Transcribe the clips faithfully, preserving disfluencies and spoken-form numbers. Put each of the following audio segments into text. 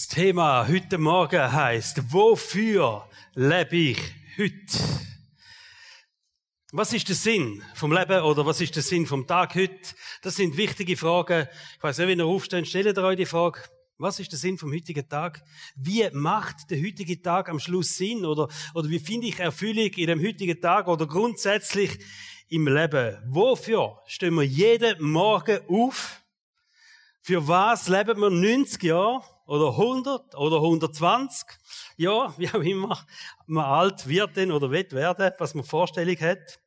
Das Thema heute Morgen heisst, wofür lebe ich heute? Was ist der Sinn vom Leben oder was ist der Sinn vom Tag heute? Das sind wichtige Fragen. Ich weiss nicht, wenn ihr aufsteht, stellt ihr euch die Frage, was ist der Sinn vom heutigen Tag? Wie macht der heutige Tag am Schluss Sinn? Oder, oder wie finde ich Erfüllung in dem heutigen Tag oder grundsätzlich im Leben? Wofür stehen wir jeden Morgen auf? Für was leben wir neunzig Jahre? Oder hundert oder hundertzwanzig, ja, wie auch immer man alt wird denn oder wird werden, was man Vorstellung hat.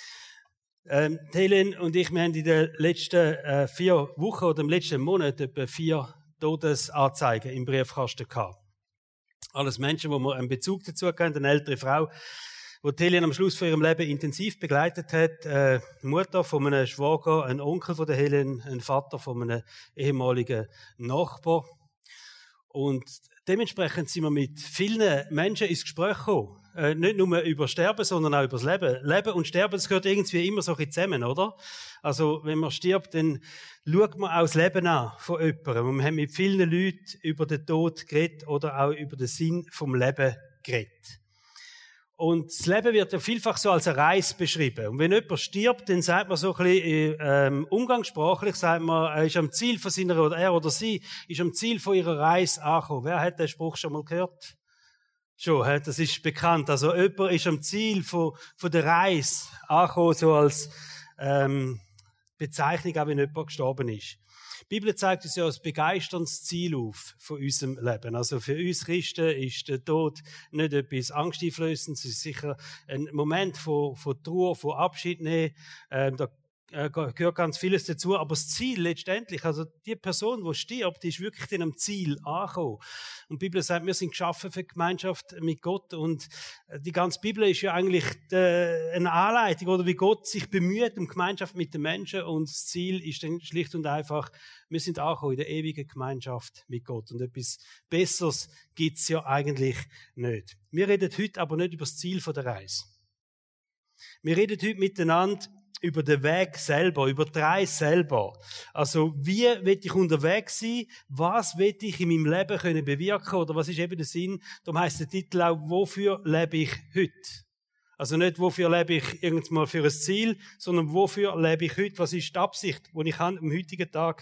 Ähm, Helen und ich, wir haben in den letzten äh, vier Wochen oder im letzten Monat etwa vier Todesanzeigen im Briefkasten gehabt. Alles Menschen, wo wir einen Bezug dazu haben, eine ältere Frau, die Helen am Schluss von ihrem Leben intensiv begleitet hat, äh, Mutter von einem Schwager, ein Onkel von der Helen, ein Vater von einem ehemaligen Nachbar. Und dementsprechend sind wir mit vielen Menschen ins Gespräch gekommen. Äh, nicht nur über Sterben, sondern auch über das Leben. Leben und Sterben, das gehört irgendwie immer so ein bisschen zusammen, oder? Also, wenn man stirbt, dann schaut man auch das Leben an von jemandem. Und wir haben mit vielen Leuten über den Tod geredet oder auch über den Sinn vom Leben geredet. Und das Leben wird ja vielfach so als eine Reise beschrieben. Und wenn jemand stirbt, dann sagt man so ein bisschen ähm, umgangssprachlich, sagt man, er ist am Ziel von seiner, oder er oder sie ist am Ziel von ihrer Reise angekommen. Wer hat den Spruch schon mal gehört? Schon, he? Das ist bekannt. Also jemand ist am Ziel von, von der Reise angekommen, so als ähm, Bezeichnung, auch wenn jemand gestorben ist. Die Bibel zeigt uns ja ein begeisterndes Ziel auf von unserem Leben. Also für uns Christen ist der Tod nicht etwas Angsteinflößendes. Es ist sicher ein Moment von, von Trauer, von Abschied nehmen. Ähm, da äh, gehört ganz vieles dazu. Aber das Ziel letztendlich, also die Person, die stirbt, die ist wirklich dann am Ziel angekommen. Und die Bibel sagt, wir sind geschaffen für Gemeinschaft mit Gott. Und die ganze Bibel ist ja eigentlich die, eine Anleitung, oder wie Gott sich bemüht um Gemeinschaft mit den Menschen. Und das Ziel ist dann schlicht und einfach, wir sind angekommen in der ewigen Gemeinschaft mit Gott. Und etwas Besseres gibt's ja eigentlich nicht. Wir reden heute aber nicht über das Ziel der Reise. Wir reden heute miteinander über den Weg selber, über die Reise selber. Also, wie will ich unterwegs sein? Was will ich in meinem Leben können bewirken? Oder was ist eben der Sinn? Darum heisst der Titel auch, wofür lebe ich heute? Also nicht, wofür lebe ich irgendwann mal für ein Ziel, sondern wofür lebe ich heute? Was ist die Absicht, die ich habe am heutigen Tag?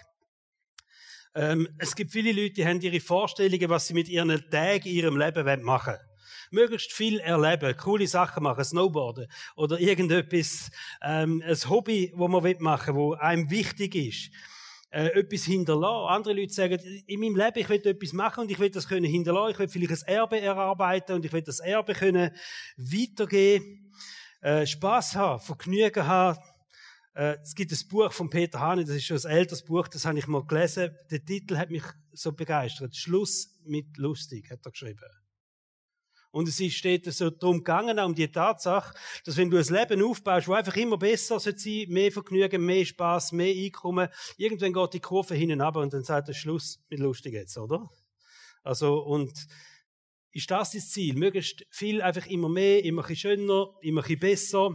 Ähm, es gibt viele Leute, die haben ihre Vorstellungen, was sie mit ihren Tagen, ihrem Leben machen wollen. Möglichst viel erleben, coole Sachen machen, Snowboarden oder irgendetwas, ähm, ein Hobby, das man machen will, das einem wichtig ist. Äh, etwas hinterlassen. Andere Leute sagen, in meinem Leben, ich will etwas machen und ich will das können hinterlassen. Ich will vielleicht ein Erbe erarbeiten und ich will das Erbe können weitergeben. Äh, Spass haben, Vergnügen haben. Äh, es gibt ein Buch von Peter Hahn, das ist schon ein älteres Buch, das habe ich mal gelesen. Der Titel hat mich so begeistert. Schluss mit lustig, hat er geschrieben. Und es steht so darum gegangen, um die Tatsache, dass wenn du ein Leben aufbaust, wo einfach immer besser sein sollte, mehr Vergnügen, mehr Spass, mehr Einkommen, irgendwann geht die Kurve hinten runter und dann sagt er Schluss mit lustig jetzt, oder? Also, und ist das das Ziel? Möglichst viel, einfach immer mehr, immer ein bisschen schöner, immer ein bisschen besser.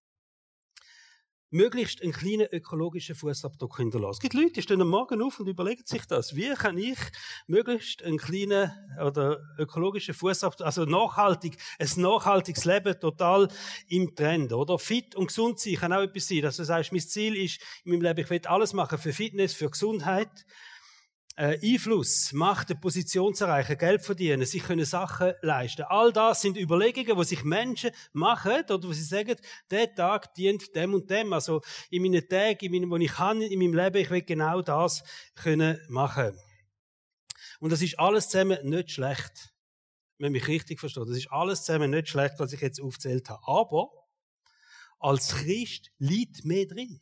Möglichst einen kleinen ökologischen Fußabdruck hinterlassen. Es gibt Leute, die stehen am Morgen auf und überlegen sich das. Wie kann ich möglichst einen kleinen oder ökologischen Fußabdruck, also nachhaltig, ein nachhaltiges Leben total im Trend, oder? Fit und gesund sein kann auch etwas sein, dass du sagst, mein Ziel ist in meinem Leben, ich will alles machen für Fitness, für Gesundheit. Äh, Einfluss, Macht, eine Position zu erreichen, Geld verdienen, sich können Sachen leisten. All das sind Überlegungen, die sich Menschen machen, oder wo sie sagen, der Tag dient dem und dem. Also in meinen Tagen, in meinem, wo ich kann, in meinem Leben, ich will genau das können machen. Und das ist alles zusammen nicht schlecht. Wenn mich richtig versteht, das ist alles zusammen nicht schlecht, was ich jetzt aufgezählt habe. Aber als Christ liegt mehr drin.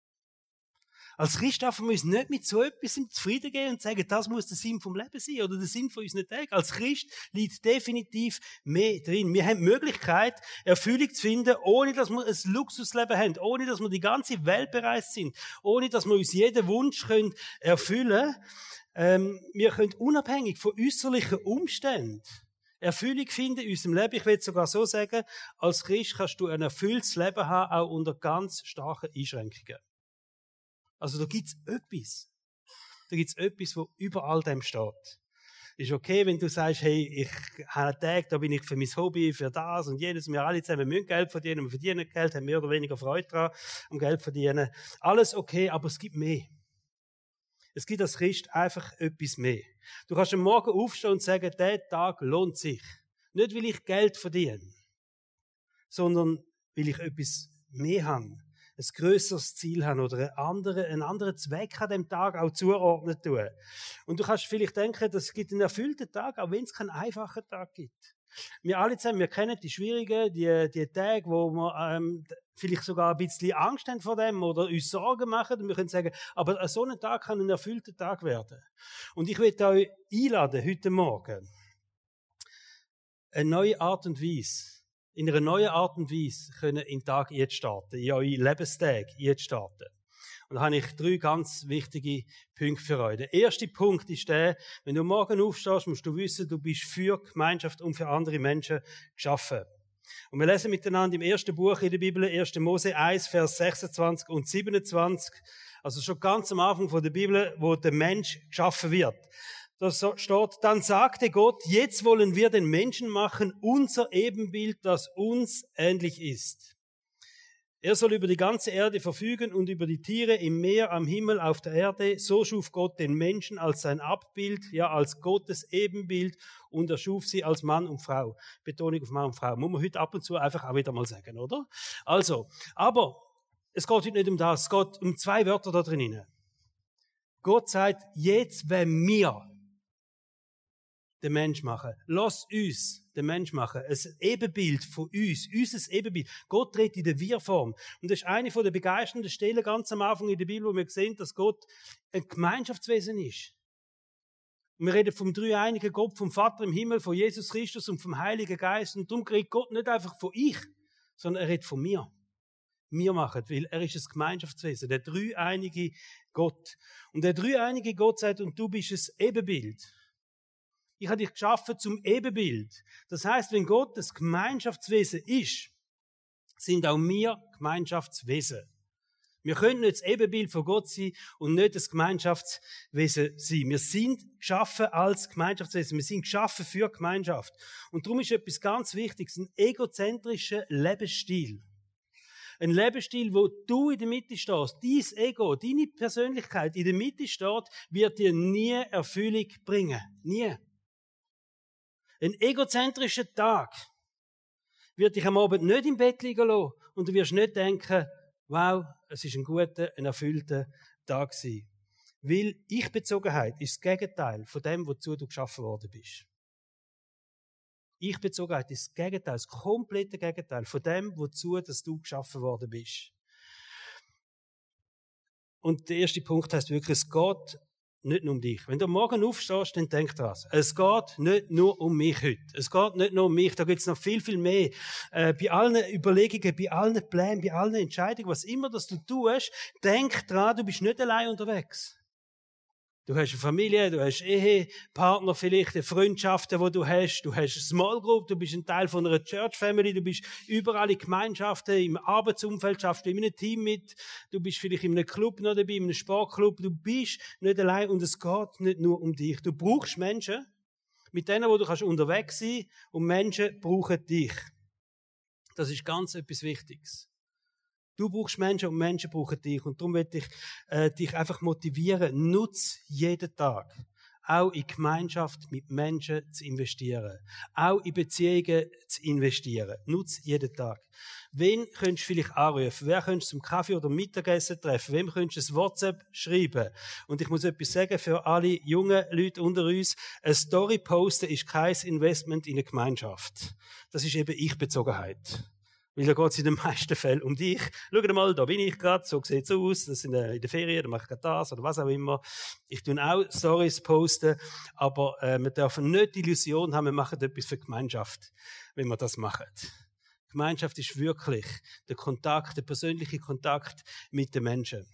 Als Christ dürfen wir uns nicht mit so etwas zufrieden geben und sagen, das muss der Sinn vom Leben sein oder der Sinn von unseren Tagen. Als Christ liegt definitiv mehr drin. Wir haben die Möglichkeit, Erfüllung zu finden, ohne dass wir ein Luxusleben haben, ohne dass wir die ganze Welt bereist sind, ohne dass wir uns jeden Wunsch können erfüllen können. Ähm, wir können unabhängig von äußerlichen Umständen Erfüllung finden in unserem Leben. Ich will sogar so sagen, als Christ kannst du ein erfülltes Leben haben, auch unter ganz starken Einschränkungen. Also da gibt's etwas. Da gibt's etwas, wo über all dem steht. Ist okay, wenn du sagst, hey, ich habe einen Tag, da bin ich für mein Hobby, für das und jenes. Wir alle zusammen müssen Geld verdienen, wir verdienen Geld, haben mehr oder weniger Freude daran, am Geld verdienen. Alles okay, aber es gibt mehr. Es gibt als Christ einfach etwas mehr. Du kannst am Morgen aufstehen und sagen, dieser Tag lohnt sich. Nicht, weil ich Geld verdiene, sondern weil ich etwas mehr habe. Ein grösseres Ziel haben oder einen anderen, einen anderen Zweck an dem Tag auch zuordnen tun. Und du kannst vielleicht denken, es gibt einen erfüllten Tag, auch wenn es keinen einfachen Tag gibt. Wir alle zusammen, wir kennen die schwierigen, die, die Tage, wo wir ähm, vielleicht sogar ein bisschen Angst haben vor dem oder uns Sorgen machen. Und wir können sagen, aber so ein Tag kann ein erfüllter Tag werden. Und ich möchte euch einladen, heute Morgen, eine neue Art und Weise, in einer neuen Art und Weise können in den Tag jetzt starten, in euren Lebenstag jetzt starten. Und da habe ich drei ganz wichtige Punkte für euch. Der erste Punkt ist der, wenn du morgen aufstehst, musst du wissen, du bist für Gemeinschaft und für andere Menschen geschaffen. Und wir lesen miteinander im ersten Buch in der Bibel, erster Mose eins, Vers sechsundzwanzig und siebenundzwanzig, also schon ganz am Anfang von der Bibel, wo der Mensch geschaffen wird. Da steht, dann sagte Gott, jetzt wollen wir den Menschen machen, unser Ebenbild, das uns ähnlich ist. Er soll über die ganze Erde verfügen und über die Tiere im Meer, am Himmel, auf der Erde. So schuf Gott den Menschen als sein Abbild, ja als Gottes Ebenbild, und er schuf sie als Mann und Frau. Betonung auf Mann und Frau. Muss man heute ab und zu einfach auch wieder mal sagen, oder? Also, aber es geht heute nicht um das, es geht um zwei Wörter da drinnen. Gott sagt, jetzt wollen wir den Mensch machen. Lass uns den Mensch machen. Ein Ebenbild von uns. Unser Ebenbild. Gott tritt in der Wir-Form. Und das ist eine der begeisternden Stellen ganz am Anfang in der Bibel, wo wir sehen, dass Gott ein Gemeinschaftswesen ist. Und wir reden vom dreieinigen Gott, vom Vater im Himmel, von Jesus Christus und vom Heiligen Geist. Und darum redet Gott nicht einfach von ich, sondern er redet von mir. Wir machen, weil er ist ein Gemeinschaftswesen, der dreieinige Gott. Und der dreieinige Gott sagt, und du bist ein Ebenbild. Ich habe dich geschaffen zum Ebenbild. Das heißt, wenn Gott das Gemeinschaftswesen ist, sind auch wir Gemeinschaftswesen. Wir können nicht das Ebenbild von Gott sein und nicht das Gemeinschaftswesen sein. Wir sind geschaffen als Gemeinschaftswesen. Wir sind geschaffen für Gemeinschaft. Und darum ist etwas ganz Wichtiges, ein egozentrischer Lebensstil. Ein Lebensstil, wo du in der Mitte stehst, dein Ego, deine Persönlichkeit in der Mitte steht, wird dir nie Erfüllung bringen. Nie. Ein egozentrischer Tag wird dich am Abend nicht im Bett liegen lassen und du wirst nicht denken, wow, es ist ein guter, ein erfüllter Tag gewesen. Weil Ich-Bezogenheit ist das Gegenteil von dem, wozu du geschaffen worden bist. Ich-Bezogenheit ist das Gegenteil, das komplette Gegenteil von dem, wozu dass du geschaffen worden bist. Und der erste Punkt heißt wirklich, es geht nicht nur um dich. Wenn du morgen aufstehst, dann denk dran. Es geht nicht nur um mich heute. Es geht nicht nur um mich. Da gibt es noch viel, viel mehr. Äh, bei allen Überlegungen, bei allen Plänen, bei allen Entscheidungen, was immer das du tust, denk dran, du bist nicht allein unterwegs. Du hast eine Familie, du hast Ehepartner vielleicht, Freundschaften, die du hast, du hast eine Small Group, du bist ein Teil von einer Church Family, du bist überall in Gemeinschaften, im Arbeitsumfeld schaffst du in einem Team mit, du bist vielleicht in einem Club noch dabei, in einem Sportclub, du bist nicht allein und es geht nicht nur um dich. Du brauchst Menschen, mit denen, wo du kannst unterwegs sein, und Menschen brauchen dich. Das ist ganz etwas Wichtiges. Du brauchst Menschen und Menschen brauchen dich. Und darum möchte ich äh, dich einfach motivieren, nutz jeden Tag, auch in Gemeinschaft mit Menschen zu investieren. Auch in Beziehungen zu investieren. Nutz jeden Tag. Wen könntest du vielleicht anrufen? Wer könntest du zum Kaffee oder Mittagessen treffen? Wem könntest du ein WhatsApp schreiben? Und ich muss etwas sagen für alle jungen Leute unter uns. Eine Story posten ist kein Investment in eine Gemeinschaft. Das ist eben Ich-Bezogenheit. Weil da geht es in den meisten Fällen um dich. Schau mal, da bin ich gerade, so sieht es aus, das sind in der Ferien, da mache ich gerade das oder was auch immer. Ich tue auch Stories posten, aber äh, wir dürfen nicht die Illusion haben, wir machen etwas für die Gemeinschaft, wenn wir das machen. Gemeinschaft ist wirklich der Kontakt, der persönliche Kontakt mit den Menschen.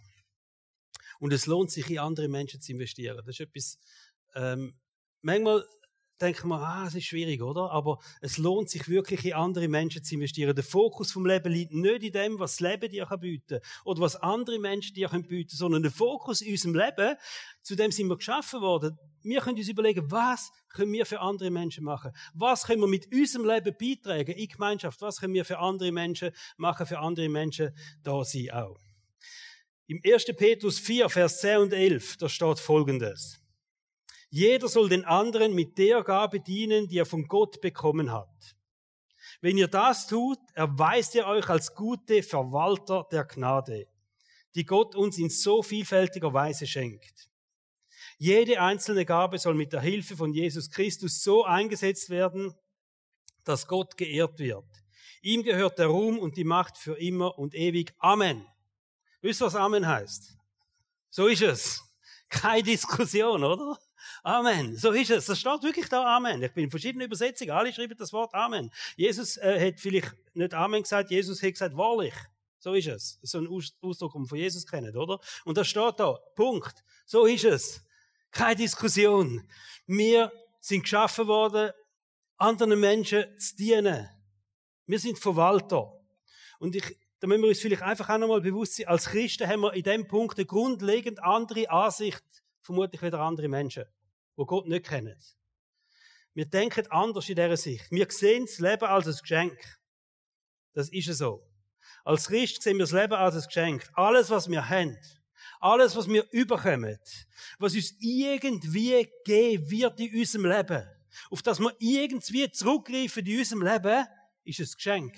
Und es lohnt sich, in andere Menschen zu investieren. Das ist etwas, ähm, manchmal denken wir, ah, es ist schwierig, oder? Aber es lohnt sich wirklich, in andere Menschen zu investieren. Der Fokus vom Leben liegt nicht in dem, was das Leben dir bieten kann oder was andere Menschen dir bieten können, sondern der Fokus in unserem Leben, zu dem sind wir geschaffen worden. Wir können uns überlegen, was können wir für andere Menschen machen? Was können wir mit unserem Leben beitragen in Gemeinschaft? Was können wir für andere Menschen machen, für andere Menschen da sein auch? Im ersten Petrus vier, Vers zehn und elf, da steht Folgendes. Jeder soll den anderen mit der Gabe dienen, die er von Gott bekommen hat. Wenn ihr das tut, erweist ihr euch als gute Verwalter der Gnade, die Gott uns in so vielfältiger Weise schenkt. Jede einzelne Gabe soll mit der Hilfe von Jesus Christus so eingesetzt werden, dass Gott geehrt wird. Ihm gehört der Ruhm und die Macht für immer und ewig. Amen. Wisst ihr, was Amen heißt? So ist es. Keine Diskussion, oder? Amen. So ist es. Das steht wirklich da Amen. Ich bin in verschiedenen Übersetzungen. Alle schreiben das Wort Amen. Jesus äh, hat vielleicht nicht Amen gesagt, Jesus hat gesagt wahrlich. So ist es. Das ist so ein Ausdruck, den wir von Jesus kennen, oder? Und da steht da, Punkt. So ist es. Keine Diskussion. Wir sind geschaffen worden, anderen Menschen zu dienen. Wir sind Verwalter. Und ich, da müssen wir uns vielleicht einfach auch nochmal bewusst sein, als Christen haben wir in diesem Punkt eine grundlegend andere Ansicht, vermutlich wieder andere Menschen, die Gott nicht kennen. Wir denken anders in dieser Sicht. Wir sehen das Leben als ein Geschenk. Das ist so. Als Christ sehen wir das Leben als ein Geschenk. Alles, was wir haben, alles, was wir überkommen, was uns irgendwie gegeben wird in unserem Leben, auf das wir irgendwie zurückgreifen in unserem Leben, ist ein Geschenk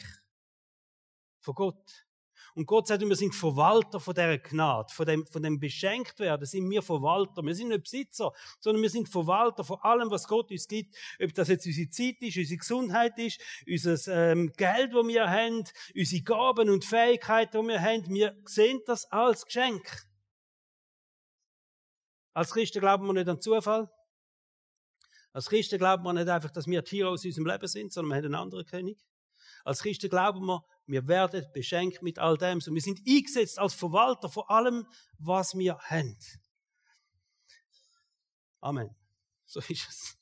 von Gott. Und Gott sagt, wir sind Verwalter von dieser Gnade, von dem, von dem Beschenktwerden sind wir Verwalter. Wir sind nicht Besitzer, sondern wir sind Verwalter von allem, was Gott uns gibt. Ob das jetzt unsere Zeit ist, unsere Gesundheit ist, unser ähm, Geld, das wir haben, unsere Gaben und Fähigkeiten, die wir haben. Wir sehen das als Geschenk. Als Christen glauben wir nicht an Zufall. Als Christen glauben wir nicht einfach, dass wir die Heroes aus unserem Leben sind, sondern wir haben einen anderen König. Als Christen glauben wir, wir werden beschenkt mit all dem. Und wir sind eingesetzt als Verwalter von allem, was wir haben. Amen. So ist es.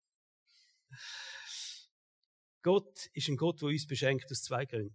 Gott ist ein Gott, der uns beschenkt aus zwei Gründen.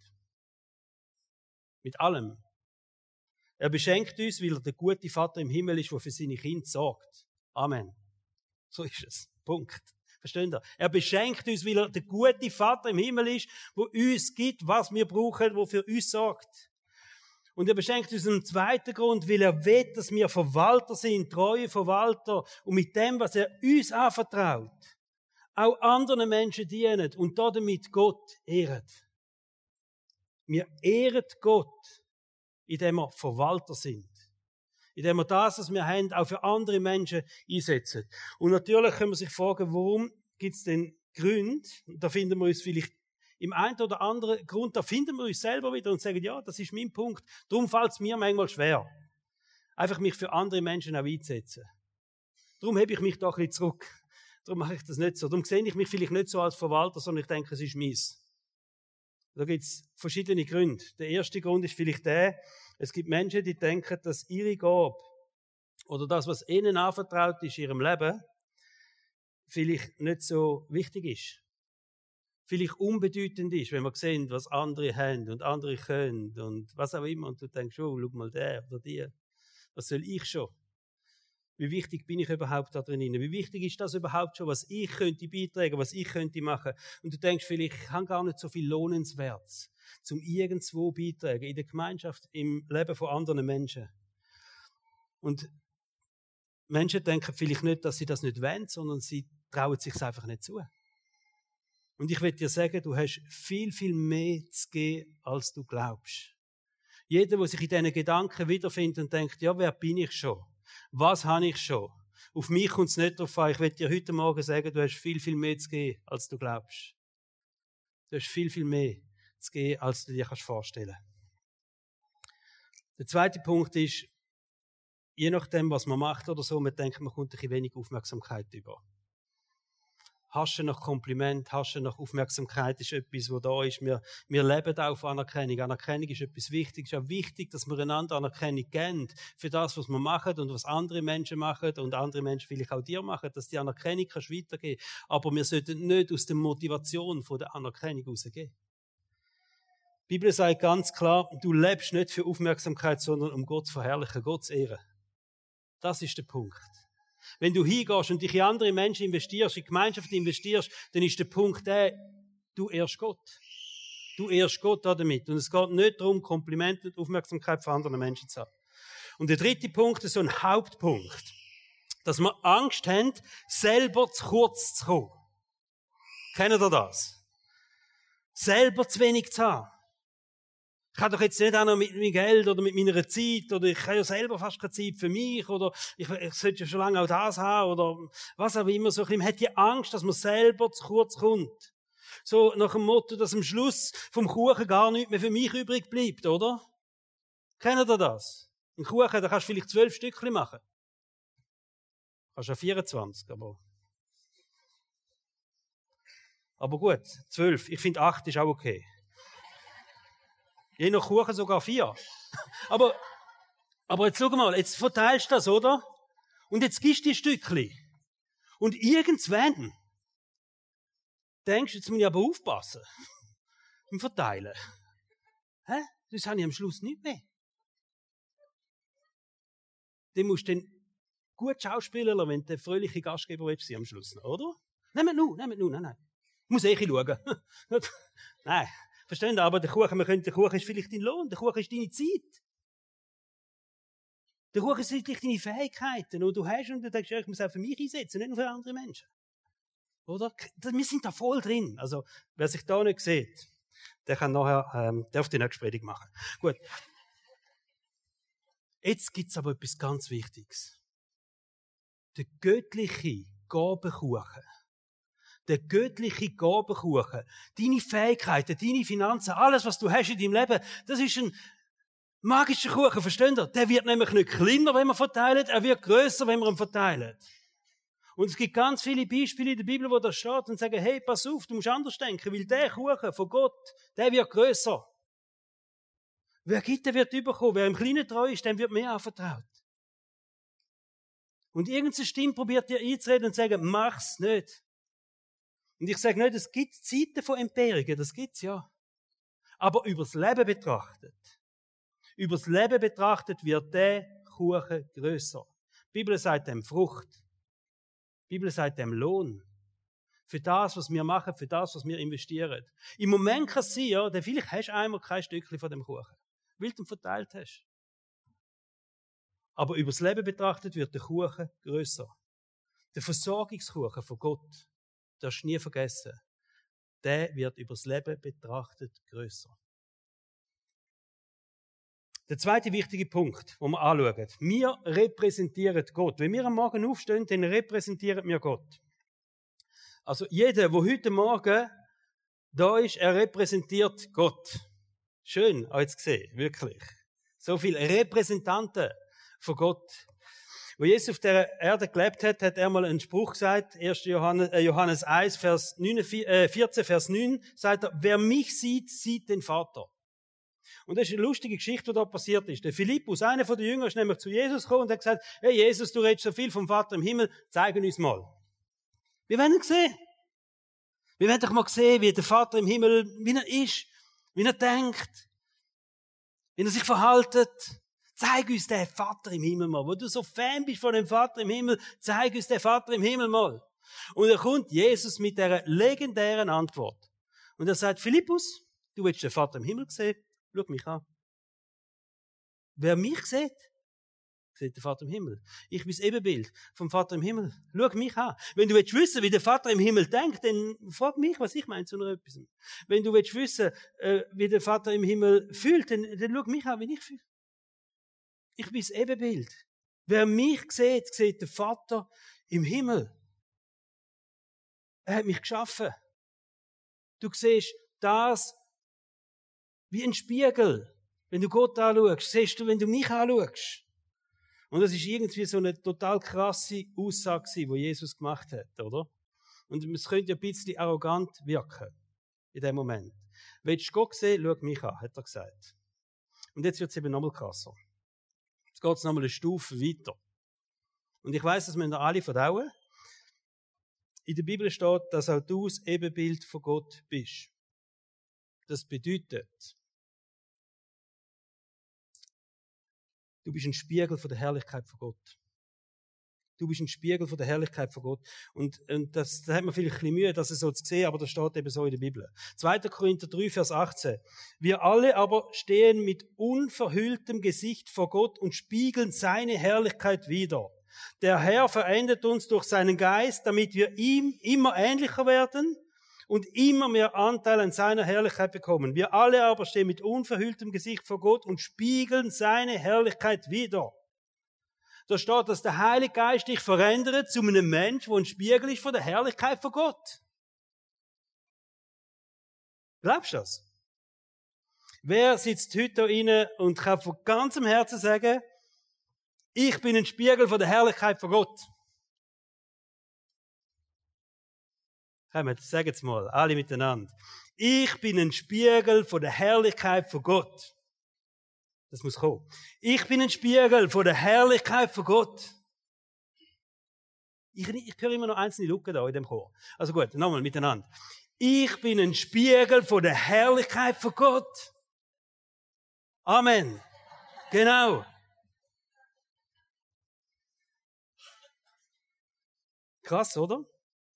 Mit allem. Er beschenkt uns, weil er der gute Vater im Himmel ist, der für seine Kinder sorgt. Amen. So ist es. Punkt. Versteht ihr? Er beschenkt uns, weil er der gute Vater im Himmel ist, der uns gibt, was wir brauchen, der für uns sorgt. Und er beschenkt uns einen zweiten Grund, weil er will, dass wir Verwalter sind, treue Verwalter, und mit dem, was er uns anvertraut, auch anderen Menschen dienen und damit Gott ehren. Wir ehren Gott, indem wir Verwalter sind. Indem wir das, was wir haben, auch für andere Menschen einsetzen. Und natürlich können wir sich fragen, warum gibt es denn Gründe? Da finden wir uns vielleicht im einen oder anderen Grund, da finden wir uns selber wieder und sagen, ja, das ist mein Punkt. Darum fällt es mir manchmal schwer, einfach mich für andere Menschen auch einzusetzen. Darum hebe ich mich da ein bisschen zurück. Darum mache ich das nicht so. Darum sehe ich mich vielleicht nicht so als Verwalter, sondern ich denke, es ist meins. Da gibt es verschiedene Gründe. Der erste Grund ist vielleicht der, es gibt Menschen, die denken, dass ihre Gabe oder das, was ihnen anvertraut ist in ihrem Leben, vielleicht nicht so wichtig ist. Vielleicht unbedeutend ist, wenn wir sehen, was andere haben und andere können und was auch immer. Und du denkst, oh, schau mal der oder die. Was soll ich schon? Wie wichtig bin ich überhaupt da drin? Wie wichtig ist das überhaupt schon, was ich könnte beitragen, was ich könnte machen? Und du denkst vielleicht, ich habe gar nicht so viel Lohnenswertes, zum irgendwo beitragen, in der Gemeinschaft, im Leben von anderen Menschen. Und Menschen denken vielleicht nicht, dass sie das nicht wollen, sondern sie trauen sich einfach nicht zu. Und ich will dir sagen, du hast viel, viel mehr zu geben, als du glaubst. Jeder, der sich in diesen Gedanken wiederfindet und denkt, ja, wer bin ich schon? Was habe ich schon? Auf mich kommt es nicht drauf an. Ich will dir heute Morgen sagen, du hast viel, viel mehr zu geben, als du glaubst. Du hast viel, viel mehr zu geben, als du dir vorstellen kannst. Der zweite Punkt ist, je nachdem, was man macht oder so, man denkt, man kommt ein bisschen wenig Aufmerksamkeit über. Haschen nach Kompliment, Haschen nach Aufmerksamkeit ist etwas, was da ist. Wir, wir leben auch auf Anerkennung. Anerkennung ist etwas Wichtiges. Es ist auch wichtig, dass wir einander Anerkennung geben für das, was wir machen und was andere Menschen machen und andere Menschen vielleicht auch dir machen, dass die Anerkennung kannst weitergehen. Aber wir sollten nicht aus der Motivation von der Anerkennung rausgehen. Die Bibel sagt ganz klar, du lebst nicht für Aufmerksamkeit, sondern um Gott zu verherrlichen, Gott zu ehren. Das ist der Punkt. Wenn du hingehst und dich in andere Menschen investierst, in die Gemeinschaft investierst, dann ist der Punkt der, du ehrst Gott. Du ehrst Gott damit. Und es geht nicht darum, Komplimente und Aufmerksamkeit von anderen Menschen zu haben. Und der dritte Punkt ist so ein Hauptpunkt. Dass wir Angst haben, selber zu kurz zu kommen. Kennt ihr das? Selber zu wenig zu haben. Ich habe doch jetzt nicht auch noch mit meinem Geld oder mit meiner Zeit oder ich habe ja selber fast keine Zeit für mich oder ich, ich sollte ja schon lange auch das haben oder was auch immer. So ein bisschen. Man hat die Angst, dass man selber zu kurz kommt. So nach dem Motto, dass am Schluss vom Kuchen gar nichts mehr für mich übrig bleibt, oder? Kennt ihr das? Ein Kuchen, da kannst du vielleicht zwölf Stückchen machen. Kannst ja vierundzwanzig, aber... Aber gut, zwölf. Ich finde acht ist auch okay. Je nach Kuchen sogar vier. aber, aber jetzt schau mal, jetzt verteilst du das, oder? Und jetzt gibst du die Stückchen. Und irgendwann denkst du, jetzt muss ich aber aufpassen. Im Verteilen. Hä? Das habe ich am Schluss nicht mehr. Dann musst du dann gut Schauspieler, wenn du der fröhliche Gastgeber willst, am Schluss, oder? Nehmt nur, nehmt nur, nein, nein. Ich muss eh schauen. Nein. Verstehen Sie? Aber der Kuchen, man könnte, der Kuchen ist vielleicht dein Lohn, der Kuchen ist deine Zeit. Der Kuchen ist vielleicht deine Fähigkeiten, die du hast und du denkst, ja, ich muss auch für mich einsetzen, nicht nur für andere Menschen. Oder? Wir sind da voll drin. Also, wer sich da nicht sieht, der kann nachher, ähm, darf die nächste Predigt machen. Gut. Jetzt gibt es aber etwas ganz Wichtiges. Der göttliche Gabenkuchen. Der göttliche Gabenkuchen, deine Fähigkeiten, deine Finanzen, alles, was du hast in deinem Leben, das ist ein magischer Kuchen, versteht ihr? Der wird nämlich nicht kleiner, wenn man verteilt, er wird grösser, wenn man ihn verteilt. Und es gibt ganz viele Beispiele in der Bibel, wo das steht und sagen, hey, pass auf, du musst anders denken, weil der Kuchen von Gott, der wird grösser. Wer gibt, der wird überkommen. Wer im Kleinen treu ist, dem wird mehr anvertraut. Und irgendeine Stimme probiert dir einzureden und sagen, mach's nicht. Und ich sage nicht, es gibt Zeiten von Entbehrungen, das gibt's ja. Aber übers Leben betrachtet, übers Leben betrachtet wird der Kuchen grösser. Die Bibel sagt dem Frucht. Die Bibel sagt dem Lohn. Für das, was wir machen, für das, was wir investieren. Im Moment kann es sein, ja, denn vielleicht hast du einmal kein Stückchen von dem Kuchen, weil du ihn verteilt hast. Aber übers Leben betrachtet wird der Kuchen grösser. Der Versorgungskuchen von Gott. Das darfst du nie vergessen. Der wird übers Leben betrachtet grösser. Der zweite wichtige Punkt, den wir anschauen. Wir repräsentieren Gott. Wenn wir am Morgen aufstehen, dann repräsentieren wir Gott. Also jeder, der heute Morgen da ist, er repräsentiert Gott. Schön, euch zu sehen, wirklich. So viele Repräsentanten von Gott. Wo Jesus auf der Erde gelebt hat, hat er mal einen Spruch gesagt, erster Johannes, äh, Johannes eins, Vers vierzehn, Vers neun, sagt er, wer mich sieht, sieht den Vater. Und das ist eine lustige Geschichte, die da passiert ist. Der Philippus, einer von den Jüngern, ist nämlich zu Jesus gekommen und hat gesagt, hey Jesus, du redest so viel vom Vater im Himmel, zeig uns mal. Wir wollen ihn sehen. Wir wollen doch mal sehen, wie der Vater im Himmel, wie er ist, wie er denkt, wie er sich verhaltet. Zeig uns den Vater im Himmel mal. Wo du so Fan bist von dem Vater im Himmel, zeig uns den Vater im Himmel mal. Und er kommt Jesus mit dieser legendären Antwort. Und er sagt, Philippus, du willst den Vater im Himmel sehen? Schau mich an. Wer mich sieht, sieht den Vater im Himmel. Ich bin das Ebenbild vom Vater im Himmel. Schau mich an. Wenn du willst wissen, wie der Vater im Himmel denkt, dann frag mich, was ich meine zu einer etwas. Wenn du willst wissen, wie der Vater im Himmel fühlt, dann, dann schau mich an, wie ich fühle. Ich bin das Ebenbild. Wer mich sieht, sieht den Vater im Himmel. Er hat mich geschaffen. Du siehst das wie ein Spiegel. Wenn du Gott anschaust, siehst du, wenn du mich anschaust. Und das ist irgendwie so eine total krasse Aussage, die Jesus gemacht hat, oder? Und es könnte ja ein bisschen arrogant wirken in dem Moment. Willst du Gott sehen, schau mich an, hat er gesagt. Und jetzt wird es eben nochmal krasser. Jetzt geht es nochmal eine Stufe weiter. Und ich weiss, das müssen wir alle verdauen. In der Bibel steht, dass auch du das Ebenbild von Gott bist. Das bedeutet, du bist ein Spiegel von der Herrlichkeit von Gott. Du bist ein Spiegel von der Herrlichkeit von Gott. Und, und das, da hat man vielleicht ein bisschen Mühe, das so zu sehen, aber das steht eben so in der Bibel. zweiter Korinther drei, Vers achtzehn. Wir alle aber stehen mit unverhülltem Gesicht vor Gott und spiegeln seine Herrlichkeit wider. Der Herr verändert uns durch seinen Geist, damit wir ihm immer ähnlicher werden und immer mehr Anteil an seiner Herrlichkeit bekommen. Wir alle aber stehen mit unverhülltem Gesicht vor Gott und spiegeln seine Herrlichkeit wider. Da steht, dass der Heilige Geist dich verändert zu einem Mensch, der ein Spiegel ist von der Herrlichkeit von Gott. Glaubst du das? Wer sitzt heute da rein und kann von ganzem Herzen sagen, ich bin ein Spiegel von der Herrlichkeit von Gott? Kommt, sagen es mal, alle miteinander. Ich bin ein Spiegel von der Herrlichkeit von Gott. Das muss kommen. Ich bin ein Spiegel von der Herrlichkeit von Gott. Ich, ich höre immer noch einzelne Lücken da in dem Chor. Also gut, nochmal miteinander. Ich bin ein Spiegel von der Herrlichkeit von Gott. Amen. Genau. Krass, oder?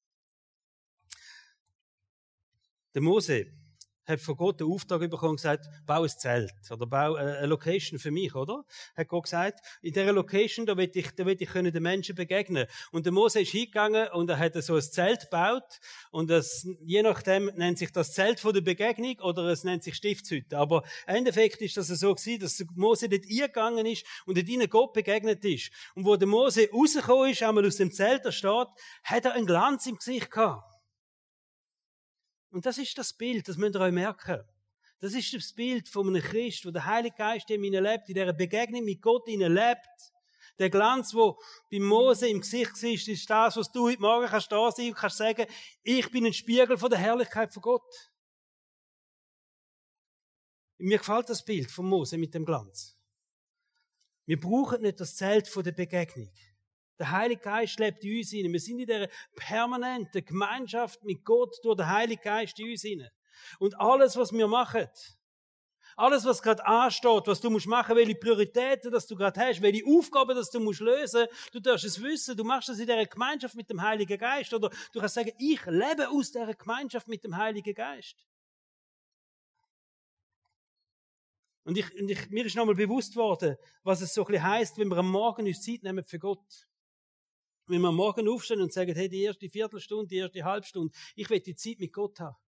Der Mose hat von Gott den Auftrag bekommen und gesagt, bau ein Zelt oder bau eine Location für mich, oder? Hat Gott gesagt, in dieser Location, da will ich, da will ich können den Menschen begegnen. Und der Mose ist hingegangen und er hat so ein Zelt gebaut und das, je nachdem nennt sich das Zelt von der Begegnung oder es nennt sich Stiftshütte. Aber im Endeffekt ist das so gewesen, dass der Mose dort eingegangen ist und dort ihnen Gott begegnet ist. Und wo der Mose rausgekommen ist, einmal aus dem Zelt, da steht, hat er einen Glanz im Gesicht gehabt. Und das ist das Bild, das müsst ihr euch merken. Das ist das Bild von einem Christ, wo der Heilige Geist in ihm lebt, in dieser Begegnung mit Gott in ihm lebt. Der Glanz, der bei Mose im Gesicht ist, ist das, was du heute Morgen kannst da sein und kannst sagen, ich bin ein Spiegel von der Herrlichkeit von Gott. Mir gefällt das Bild von Mose mit dem Glanz. Wir brauchen nicht das Zelt von der Begegnung. Der Heilige Geist lebt in uns hinein. Wir sind in dieser permanenten Gemeinschaft mit Gott durch den Heiligen Geist in uns hinein. Und alles, was wir machen, alles, was gerade ansteht, was du musst machen, welche Prioritäten, dass du gerade hast, welche Aufgaben, dass du musst lösen, du darfst es wissen, du machst das in dieser Gemeinschaft mit dem Heiligen Geist. Oder du kannst sagen, ich lebe aus dieser Gemeinschaft mit dem Heiligen Geist. Und, ich, und ich, mir ist nochmal bewusst worden, was es so ein bisschen heisst, wenn wir am Morgen uns Zeit nehmen für Gott. Wenn wir am Morgen aufstehen und sagen, hey, die erste Viertelstunde, die erste Halbstunde, ich will die Zeit mit Gott haben.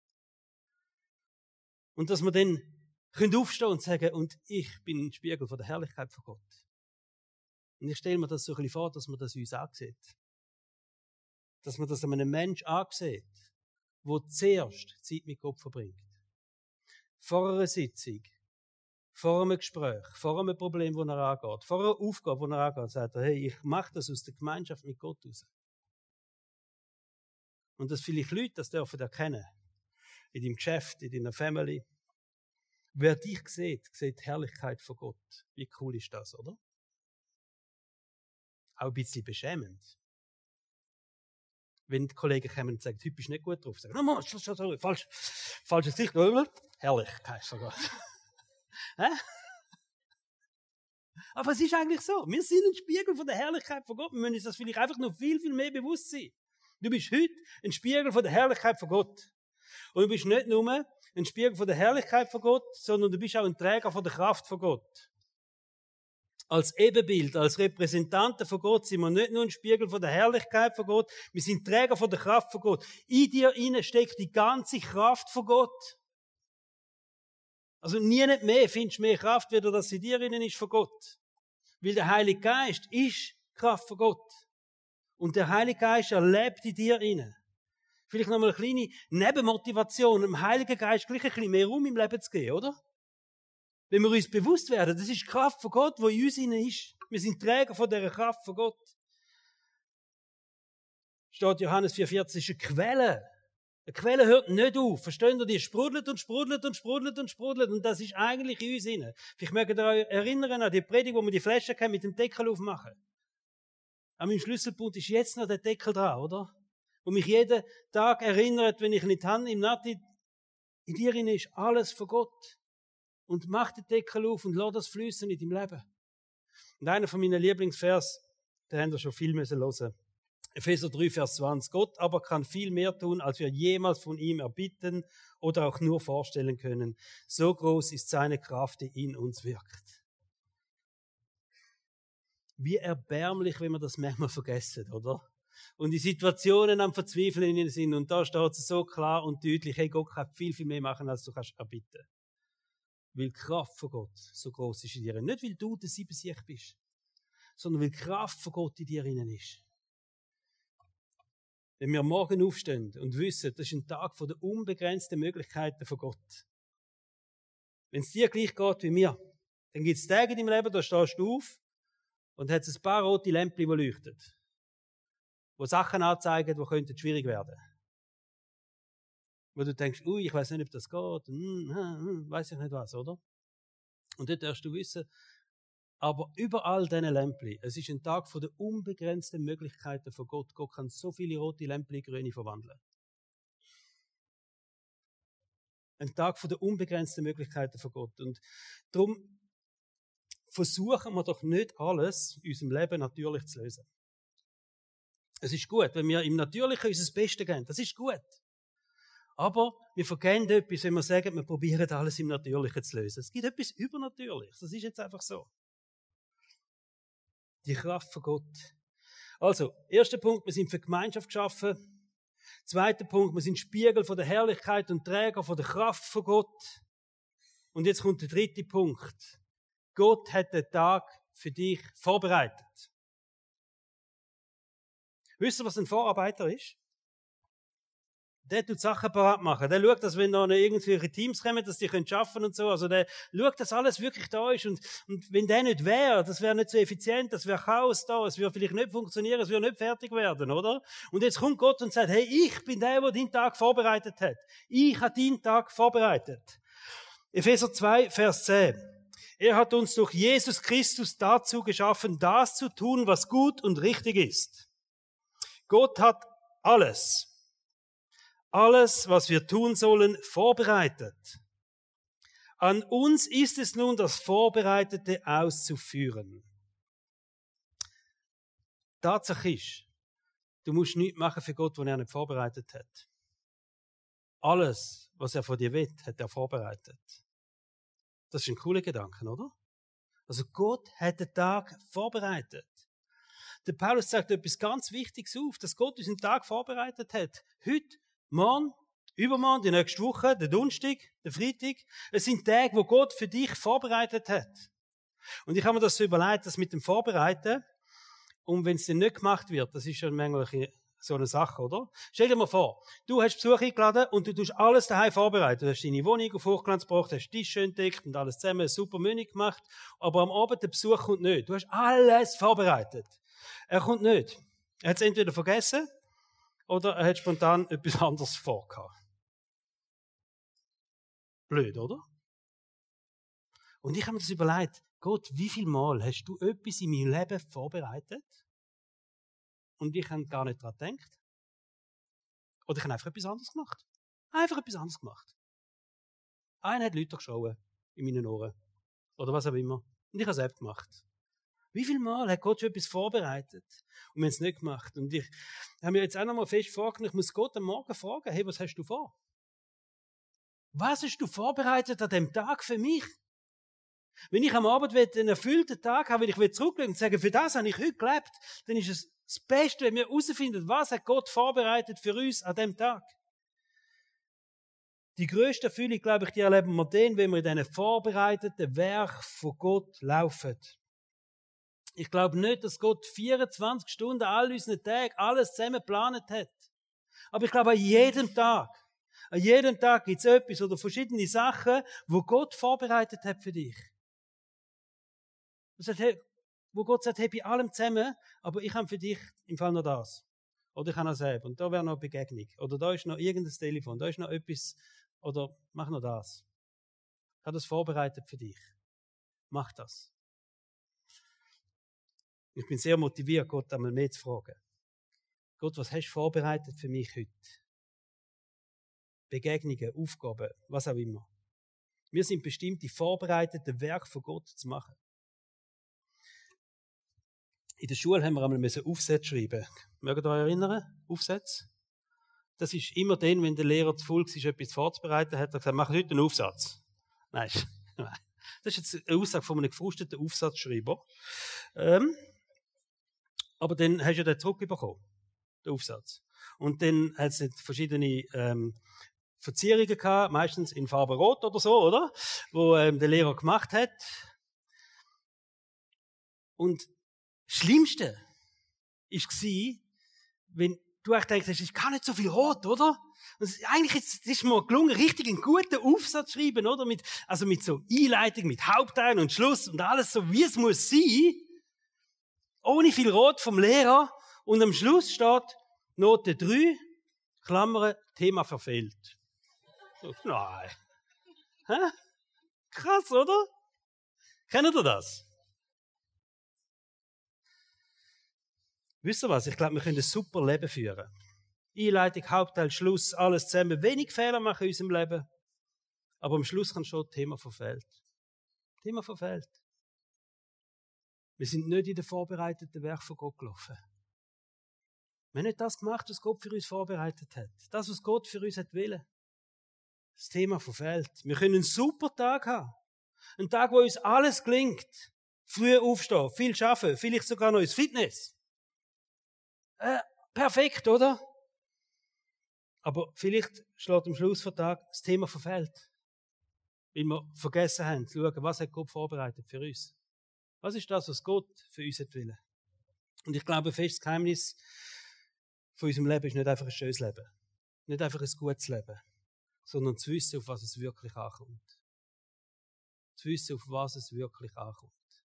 Und dass wir dann können aufstehen und sagen, und ich bin ein Spiegel von der Herrlichkeit von Gott. Und ich stelle mir das so ein bisschen vor, dass man das uns ansieht. Dass man das einem Menschen ansieht, der zuerst Zeit mit Gott verbringt. Vor einer Sitzung, vor einem Gespräch, vor einem Problem, das er angeht, vor einer Aufgabe, die er angeht, sagt er, hey, ich mache das aus der Gemeinschaft mit Gott raus. Und dass vielleicht Leute das dürfen erkennen. In deinem Geschäft, in deiner Family. Wer dich sieht, sieht die Herrlichkeit von Gott. Wie cool ist das, oder? Auch ein bisschen beschämend. Wenn die Kollegen kommen und sagen, heute bist du nicht gut drauf, sagen, no, Mann, sorry, falsch, falsches Licht, Herrlichkeit von Gott. Aber es ist eigentlich so. Wir sind ein Spiegel von der Herrlichkeit von Gott. Wir müssen uns das vielleicht einfach noch viel, viel mehr bewusst sein. Du bist heute ein Spiegel von der Herrlichkeit von Gott. Und du bist nicht nur ein Spiegel von der Herrlichkeit von Gott, sondern du bist auch ein Träger von der Kraft von Gott. Als Ebenbild, als Repräsentanten von Gott sind wir nicht nur ein Spiegel von der Herrlichkeit von Gott, wir sind Träger von der Kraft von Gott. In dir innen steckt die ganze Kraft von Gott. Also nie nicht mehr findest du mehr Kraft, wie das in dir innen ist von Gott. Weil der Heilige Geist ist Kraft von Gott. Und der Heilige Geist, er lebt in dir innen. Vielleicht noch mal eine kleine Nebenmotivation, dem Heiligen Geist gleich ein bisschen mehr Raum im Leben zu geben, oder? Wenn wir uns bewusst werden, das ist die Kraft von Gott, die in uns innen ist. Wir sind Träger von dieser Kraft von Gott. steht Johannes vier vierzig, ist eine Quelle. Eine Quelle hört nicht auf. Versteht ihr? Die sprudelt und sprudelt und sprudelt und sprudelt. Und das ist eigentlich in uns drin. Vielleicht mögt ihr euch erinnern an die Predigt, wo wir die Flasche mit dem Deckel aufmachen. An meinem Schlüsselpunkt ist jetzt noch der Deckel dran, oder? Wo mich jeden Tag erinnert, wenn ich nicht habe, im Nati, in dir drin ist alles von Gott. Und mach den Deckel auf und lass das fließen in deinem Leben. Und einer von meinen Lieblingsvers, den haben wir schon viel müssen hören. Epheser drei, Vers zwanzig. Gott aber kann viel mehr tun, als wir jemals von ihm erbitten oder auch nur vorstellen können. So groß ist seine Kraft, die in uns wirkt. Wie erbärmlich, wenn wir das manchmal vergessen, oder? Und die Situationen am Verzweifeln sind. Und da steht es so klar und deutlich, hey, Gott kann viel, viel mehr machen, als du kannst erbitten. Weil die Kraft von Gott so groß ist in dir. Nicht, weil du der Siebensieg bist, sondern weil die Kraft von Gott in dir innen ist. Wenn wir morgen aufstehen und wissen, das ist ein Tag von der unbegrenzten Möglichkeiten von Gott. Wenn es dir gleich geht wie mir, dann gibt es Tage in deinem Leben, da stehst du auf und hast ein paar rote Lämpchen, die leuchten. Die Sachen anzeigen, die könnten schwierig werden. Wo du denkst, ui, ich weiß nicht, ob das geht, hm, hm, weiß ich nicht was, oder? Und dort darfst du wissen, aber überall diese Lämpchen, es ist ein Tag von der unbegrenzten Möglichkeiten von Gott. Gott kann so viele rote Lämpchen in grüne verwandeln. Ein Tag von der unbegrenzten Möglichkeiten von Gott. Und darum versuchen wir doch nicht alles in unserem Leben natürlich zu lösen. Es ist gut, wenn wir im Natürlichen unser Bestes geben. Das ist gut. Aber wir vergehen etwas, wenn wir sagen, wir probieren alles im Natürlichen zu lösen. Es gibt etwas Übernatürliches. Das ist jetzt einfach so. Die Kraft von Gott. Also, erster Punkt, wir sind für Gemeinschaft geschaffen. Zweiter Punkt, wir sind Spiegel von der Herrlichkeit und Träger von der Kraft von Gott. Und jetzt kommt der dritte Punkt. Gott hat den Tag für dich vorbereitet. Wisst ihr, was ein Vorarbeiter ist? Der tut Sachen parat machen. Der schaut, dass wenn noch irgendwelche Teams kommen, dass die können schaffen und so. Also der schaut, dass alles wirklich da ist. Und, und wenn der nicht wäre, das wäre nicht so effizient, das wäre Chaos da, es würde vielleicht nicht funktionieren, es würde nicht fertig werden, oder? Und jetzt kommt Gott und sagt, hey, ich bin der, der deinen Tag vorbereitet hat. Ich habe deinen Tag vorbereitet. Epheser zwei, Vers zehn. Er hat uns durch Jesus Christus dazu geschaffen, das zu tun, was gut und richtig ist. Gott hat alles. Alles, was wir tun sollen, vorbereitet. An uns ist es nun, das Vorbereitete auszuführen. Tatsache ist, du musst nichts machen für Gott, was er nicht vorbereitet hat. Alles, was er von dir will, hat er vorbereitet. Das ist ein cooler Gedanke, oder? Also Gott hat den Tag vorbereitet. Der Paulus sagt etwas ganz Wichtiges auf, dass Gott uns den Tag vorbereitet hat. Heute, morgen, übermorgen, die nächste Woche, der Donnerstag, der Freitag. Es sind Tage, wo Gott für dich vorbereitet hat. Und ich habe mir das so überlegt, das mit dem Vorbereiten, und wenn es dann nicht gemacht wird, das ist schon manchmal so eine Sache, oder? Stell dir mal vor, du hast Besuch eingeladen und du tust alles daheim vorbereitet. Du hast deine Wohnung auf Hochglanz gebracht, hast Tisch schön gedeckt und alles zusammen, super Menü gemacht, aber am Abend der Besuch kommt nicht. Du hast alles vorbereitet. Er kommt nicht. Er hat es entweder vergessen, oder er hat spontan etwas anderes vorgehabt. Blöd, oder? Und ich habe mir das überlegt, Gott, wie viel Mal hast du etwas in meinem Leben vorbereitet? Und ich habe gar nicht daran gedacht. Oder ich habe einfach etwas anderes gemacht. Einfach etwas anderes gemacht. Einer hat Leute geschaut in meinen Ohren. Oder was auch immer. Und ich habe es selbst gemacht. Wie viel Mal hat Gott schon etwas vorbereitet? Und wir haben es nicht gemacht. Und ich habe mir jetzt auch noch mal fest vorgenommen, ich muss Gott am Morgen fragen, hey, was hast du vor? Was hast du vorbereitet an dem Tag für mich? Wenn ich am Abend einen erfüllten Tag habe, wenn ich zurücklegen und sagen, für das habe ich heute gelebt, dann ist es das Beste, wenn wir herausfinden, was hat Gott vorbereitet für uns an dem Tag. Die grösste Erfüllung, glaube ich, die erleben wir dann, wenn wir in diesen vorbereiteten Werk von Gott laufen. Ich glaube nicht, dass Gott vierundzwanzig Stunden all unseren Tagen alles zusammen geplant hat. Aber ich glaube, an jedem Tag, an jedem Tag gibt es etwas oder verschiedene Sachen, wo Gott vorbereitet hat für dich. Wo Gott sagt, hey, bei allem zusammen, aber ich habe für dich im Fall noch das. Oder ich habe noch selber. Und da wäre noch eine Begegnung. Oder da ist noch irgendein Telefon. Da ist noch etwas. Oder mach noch das. Ich habe das vorbereitet für dich. Mach das. Ich bin sehr motiviert, Gott einmal mehr zu fragen. Gott, was hast du vorbereitet für mich heute? Begegnungen, Aufgaben, was auch immer. Wir sind bestimmt, die vorbereiteten Werke von Gott zu machen. In der Schule haben wir einmal Aufsätze schreiben. Mögt ihr euch erinnern? Aufsätze? Das ist immer dann, wenn der Lehrer zu faul war, etwas vorzubereiten, hat er gesagt, mach heute einen Aufsatz. Nein, das ist jetzt eine Aussage von einem gefrusteten Aufsatzschreiber. Ähm, aber dann hast du ja den zurückbekommen, den Aufsatz. Und dann hat es verschiedene ähm, Verzierungen gehabt, meistens in Farbe Rot oder so, oder? Wo ähm, der Lehrer gemacht hat. Und das Schlimmste war, wenn du echt denkst, es ist gar nicht so viel Rot, oder? Und eigentlich ist es mir gelungen, richtig einen guten Aufsatz zu schreiben, oder? Mit, also mit so Einleitung, mit Hauptteil und Schluss und alles so, wie es muss sein. Ohne viel Rot vom Lehrer. Und am Schluss steht Note drei, Klammern, Thema verfehlt. So, nein. Hä? Krass, oder? Kennt ihr das? Wisst ihr was? Ich glaube, wir können ein super Leben führen. Einleitung, Hauptteil, Schluss, alles zusammen. Wenig Fehler machen in unserem Leben. Aber am Schluss kann schon das Thema verfehlt. Das Thema verfehlt. Wir sind nicht in den vorbereiteten Werk von Gott gelaufen. Wir haben nicht das gemacht, was Gott für uns vorbereitet hat. Das, was Gott für uns hat wollen. Das Thema verfehlt. Wir können einen super Tag haben. Einen Tag, wo uns alles gelingt. Früh aufstehen, viel arbeiten, vielleicht sogar noch ins Fitness. Äh, perfekt, oder? Aber vielleicht schlägt am Schluss des Tages das Thema verfehlt. Weil wir vergessen haben, zu schauen, was hat Gott vorbereitet für uns. Was ist das, was Gott für uns hat wollen? Und ich glaube, ein festes Geheimnis von unserem Leben ist nicht einfach ein schönes Leben. Nicht einfach ein gutes Leben. Sondern zu wissen, auf was es wirklich ankommt. Zu wissen, auf was es wirklich ankommt.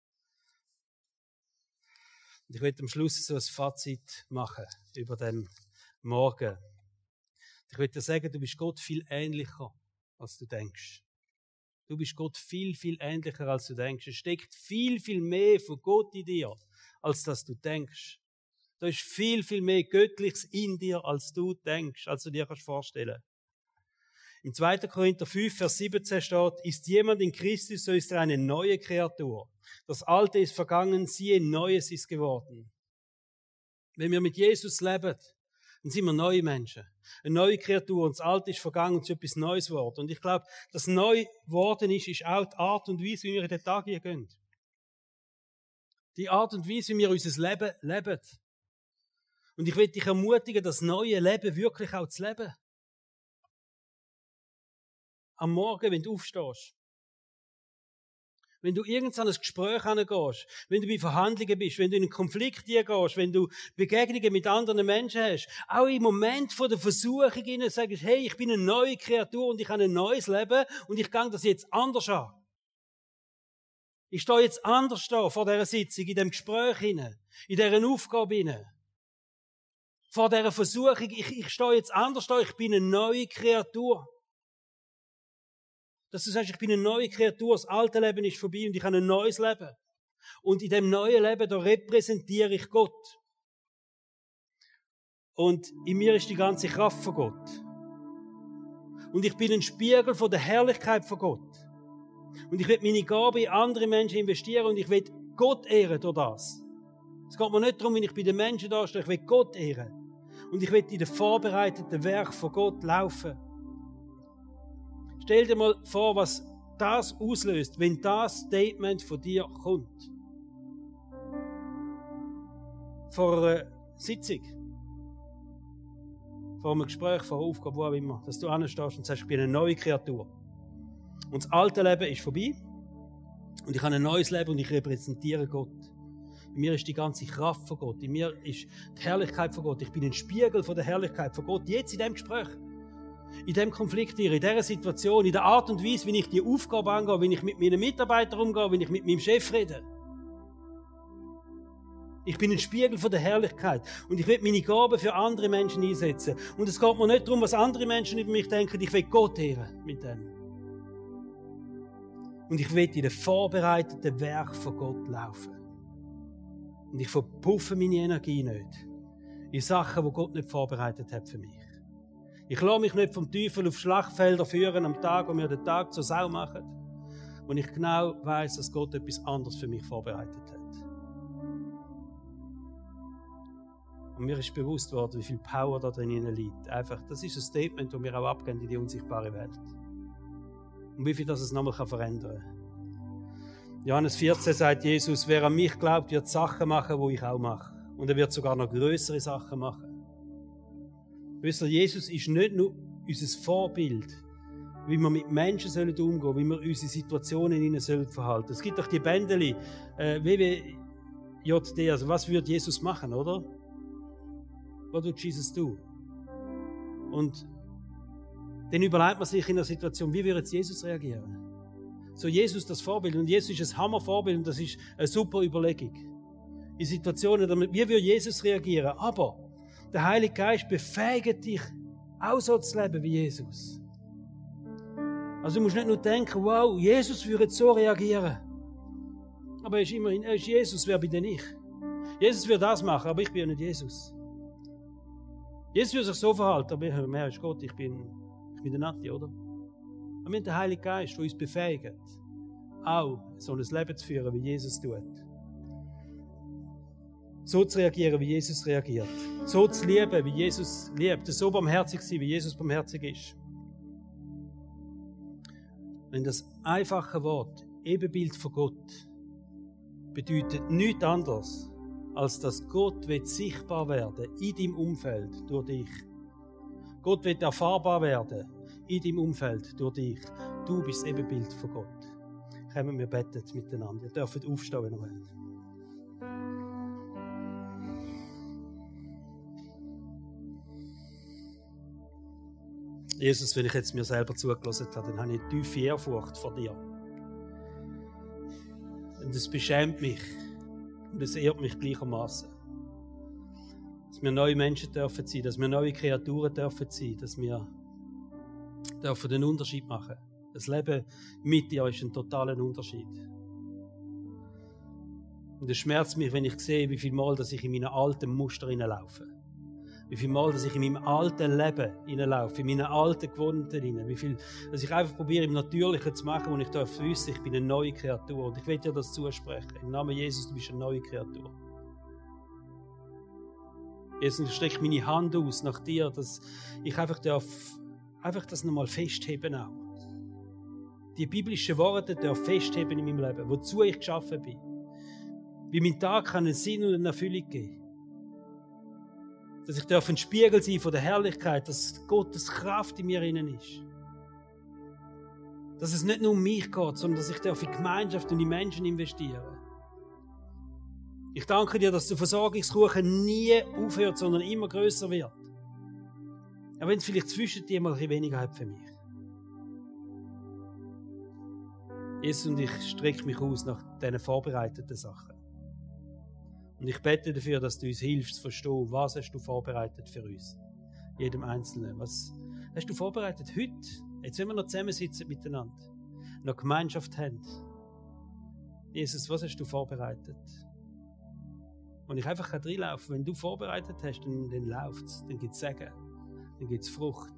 Und ich möchte am Schluss so ein Fazit machen über den Morgen. Ich möchte dir sagen, du bist Gott viel ähnlicher, als du denkst. Du bist Gott viel, viel ähnlicher, als du denkst. Es steckt viel, viel mehr von Gott in dir, als dass du denkst. Da ist viel, viel mehr Göttliches in dir, als du denkst, als du dir kannst vorstellen. Im zweiten Korinther fünf, Vers siebzehn steht, ist jemand in Christus, so ist er eine neue Kreatur. Das Alte ist vergangen, siehe, Neues ist geworden. Wenn wir mit Jesus leben, dann sind wir neue Menschen. Eine neue Kreatur. Und das Alte ist vergangen und es ist etwas Neues geworden. Und ich glaube, das neu geworden ist, ist auch die Art und Weise, wie wir in den Tag hier gehen. Die Art und Weise, wie wir unser Leben leben. Und ich will dich ermutigen, das neue Leben wirklich auch zu leben. Am Morgen, wenn du aufstehst. Wenn du irgend an ein Gespräch hingehst, wenn du bei Verhandlungen bist, wenn du in einen Konflikt gehst, wenn du Begegnungen mit anderen Menschen hast, auch im Moment von der Versuchung hinein sagst, hey, ich bin eine neue Kreatur und ich habe ein neues Leben und ich gehe das jetzt anders an. Ich stehe jetzt anders da vor dieser Sitzung, in diesem Gespräch hinein, in dieser Aufgabe hinein. Vor dieser Versuchung, ich, ich stehe jetzt anders da, ich bin eine neue Kreatur. Dass du sagst, ich bin eine neue Kreatur, das alte Leben ist vorbei und ich habe ein neues Leben. Und in dem neuen Leben, da repräsentiere ich Gott. Und in mir ist die ganze Kraft von Gott. Und ich bin ein Spiegel von der Herrlichkeit von Gott. Und ich will meine Gabe in andere Menschen investieren und ich will Gott ehren durch das. Es geht mir nicht darum, wenn ich bei den Menschen da stehe, ich will Gott ehren. Und ich will in den vorbereiteten Werk von Gott laufen. Stell dir mal vor, was das auslöst, wenn das Statement von dir kommt. Vor einer Sitzung, vor einem Gespräch, vor einer Aufgabe, wo auch immer, dass du anstehst und sagst, ich bin eine neue Kreatur. Und das alte Leben ist vorbei und ich habe ein neues Leben und ich repräsentiere Gott. In mir ist die ganze Kraft von Gott, in mir ist die Herrlichkeit von Gott. Ich bin ein Spiegel von der Herrlichkeit von Gott, jetzt in diesem Gespräch. In diesem Konflikt hier, in dieser Situation, in der Art und Weise, wie ich die Aufgabe angehe, wie ich mit meinen Mitarbeitern umgehe, wie ich mit meinem Chef rede. Ich bin ein Spiegel von der Herrlichkeit. Und ich will meine Gaben für andere Menschen einsetzen. Und es geht mir nicht darum, was andere Menschen über mich denken. Ich will Gott ehren mit dem. Und ich will in den vorbereiteten Werk von Gott laufen. Und ich verpuffe meine Energie nicht in Sachen, die Gott nicht vorbereitet hat für mich. Ich lasse mich nicht vom Teufel auf Schlachtfelder führen am Tag, wo wir den Tag zur Sau machen. Und ich genau weiss, dass Gott etwas anderes für mich vorbereitet hat. Und mir ist bewusst worden, wie viel Power da drin liegt. Einfach, das ist ein Statement, das wir auch abgeben in die unsichtbare Welt. Und wie viel das es nochmal verändern kann. Johannes vierzehn sagt Jesus, wer an mich glaubt, wird Sachen machen, die ich auch mache. Und er wird sogar noch größere Sachen machen. Wisst ihr, Jesus ist nicht nur unser Vorbild, wie wir mit Menschen sollen umgehen sollen, wie wir unsere Situationen in ihnen sollen verhalten. Es gibt doch die Bändeli, äh, W W J D, also was würde Jesus machen, oder? Was tut Jesus tun? Und dann überlegt man sich in der Situation, wie würde jetzt Jesus reagieren? So Jesus das Vorbild, und Jesus ist ein Hammervorbild und das ist eine super Überlegung. In Situationen, damit, wie würde Jesus reagieren? Aber der Heilige Geist befähigt dich, auch so zu leben wie Jesus. Also du musst nicht nur denken, wow, Jesus würde jetzt so reagieren. Aber er ist immerhin, er ist Jesus, wer bin denn ich? Jesus würde das machen, aber ich bin ja nicht Jesus. Jesus würde sich so verhalten, aber ich, mehr ist Gott, ich bin, ich bin der Nati, oder? Aber wir haben den Heiligen Geist, der uns befähigt, auch so ein Leben zu führen, wie Jesus tut. So zu reagieren, wie Jesus reagiert. So zu lieben, wie Jesus liebt. So barmherzig sein, wie Jesus barmherzig ist. Wenn das einfache Wort Ebenbild von Gott bedeutet nichts anderes, als dass Gott wird sichtbar werden in deinem Umfeld durch dich. Gott wird erfahrbar werden in deinem Umfeld durch dich. Du bist das Ebenbild von Gott. Kommen wir beten miteinander. Ihr dürft aufstehen, wenn ihr wollt. Jesus, wenn ich jetzt mir selber zugelassen habe, dann habe ich eine tiefe Ehrfurcht vor dir. Und es beschämt mich und es ehrt mich gleichermaßen. Dass wir neue Menschen dürfen sein, dass wir neue Kreaturen dürfen sein, dass wir dürfen den Unterschied machen. Das Leben mit dir ist ein totaler Unterschied. Und es schmerzt mich, wenn ich sehe, wie viel Mal, dass ich in meinen alten Muster hineinlaufe. Wie viel Mal, dass ich in meinem alten Leben hineinlaufe, in meinen alten Gewohnheiten hinein. Wie viel, dass ich einfach probiere, im Natürlichen zu machen, und ich darf wissen, ich bin eine neue Kreatur. Und ich will dir das zusprechen. Im Namen Jesus, du bist eine neue Kreatur. Jesus, ich strecke meine Hand aus nach dir, dass ich einfach darf, einfach das nochmal festheben auch. Die biblischen Worte darf festheben in meinem Leben, wozu ich geschaffen bin. Wie mein Tag kann einen Sinn und eine Erfüllung geben. Dass ich darf ein Spiegel sein von der Herrlichkeit, dass Gottes Kraft in mir innen ist. Dass es nicht nur um mich geht, sondern dass ich darf in die Gemeinschaft und in die Menschen investieren. Ich danke dir, dass der Versorgungskuchen nie aufhört, sondern immer grösser wird. Auch wenn es vielleicht zwischen dir mal ein bisschen weniger hat für mich. Jesus, und ich strecke mich aus nach diesen vorbereiteten Sachen. Und ich bete dafür, dass du uns hilfst zu verstehen, was hast du vorbereitet für uns. Jedem Einzelnen. Was hast du vorbereitet heute? Jetzt, wenn wir noch zusammensitzen miteinander, noch Gemeinschaft haben. Jesus, was hast du vorbereitet? Und ich einfach reinlaufen kann. Wenn du vorbereitet hast, dann, dann läuft es. Dann gibt es Segen. Dann gibt es Frucht.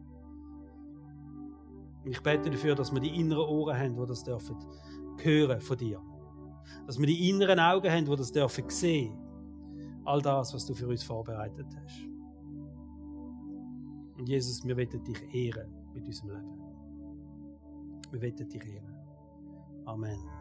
Und ich bete dafür, dass wir die inneren Ohren haben, die das dürfen hören von dir. Dass wir die inneren Augen haben, die das dürfen sehen. All das, was du für uns vorbereitet hast. Und Jesus, wir wollen dich ehren mit unserem Leben. Wir wollen dich ehren. Amen.